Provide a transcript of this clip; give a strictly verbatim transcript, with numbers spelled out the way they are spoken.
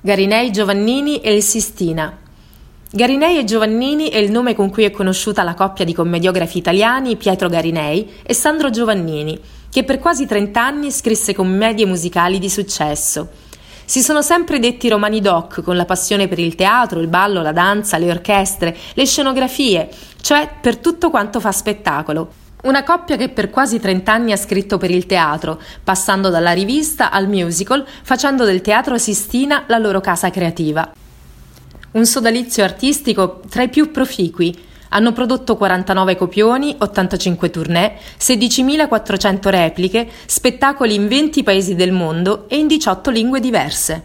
Garinei, Giovannini e il Sistina. Garinei e Giovannini è il nome con cui è conosciuta la coppia di commediografi italiani Pietro Garinei e Sandro Giovannini, che per quasi trent'anni scrisse commedie musicali di successo. Si sono sempre detti romani doc, con la passione per il teatro, il ballo, la danza, le orchestre, le scenografie, cioè per tutto quanto fa spettacolo. Una coppia che per quasi trent'anni ha scritto per il teatro, passando dalla rivista al musical, facendo del Teatro Sistina la loro casa creativa. Un sodalizio artistico tra i più proficui. Hanno prodotto quarantanove copioni, ottantacinque tournée, sedicimilaquattrocento repliche, spettacoli in venti paesi del mondo e in diciotto lingue diverse.